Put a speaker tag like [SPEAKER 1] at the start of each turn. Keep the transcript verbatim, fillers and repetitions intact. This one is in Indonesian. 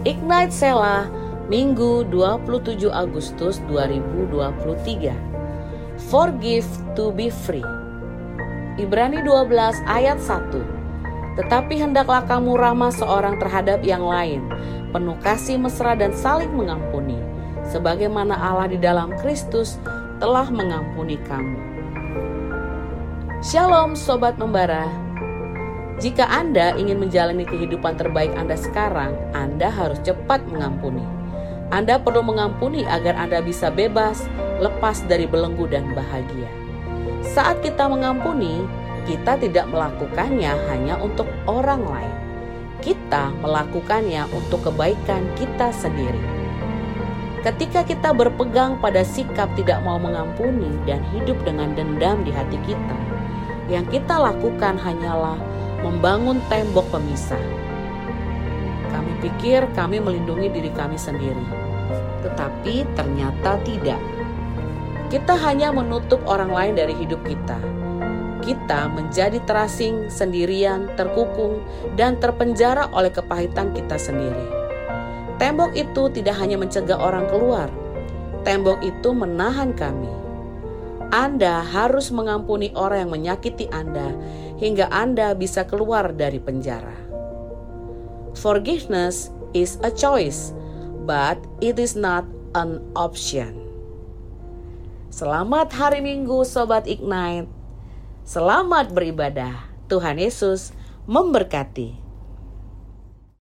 [SPEAKER 1] Ignite Selah, Minggu dua puluh tujuh Agustus dua ribu dua puluh tiga. Forgive to be free. Ibrani dua belas ayat satu. Tetapi hendaklah kamu ramah seorang terhadap yang lain, penuh kasih mesra dan saling mengampuni, sebagaimana Allah di dalam Kristus telah mengampuni kamu. Shalom Sobat Membara. Jika Anda ingin menjalani kehidupan terbaik Anda sekarang, Anda harus cepat mengampuni. Anda perlu mengampuni agar Anda bisa bebas, lepas dari belenggu dan bahagia. Saat kita mengampuni, kita tidak melakukannya hanya untuk orang lain. Kita melakukannya untuk kebaikan kita sendiri. Ketika kita berpegang pada sikap tidak mau mengampuni dan hidup dengan dendam di hati kita, yang kita lakukan hanyalah membangun tembok pemisah. Kami pikir kami melindungi diri kami sendiri, tetapi ternyata tidak. Kita hanya menutup orang lain dari hidup kita. Kita menjadi terasing, sendirian, terkukung, dan terpenjara oleh kepahitan kita sendiri. Tembok itu tidak hanya mencegah orang keluar, tembok itu menahan kami. Anda harus mengampuni orang yang menyakiti Anda hingga Anda bisa keluar dari penjara. Forgiveness is a choice, but it is not an option. Selamat hari Minggu Sobat Ignite. Selamat beribadah. Tuhan Yesus memberkati.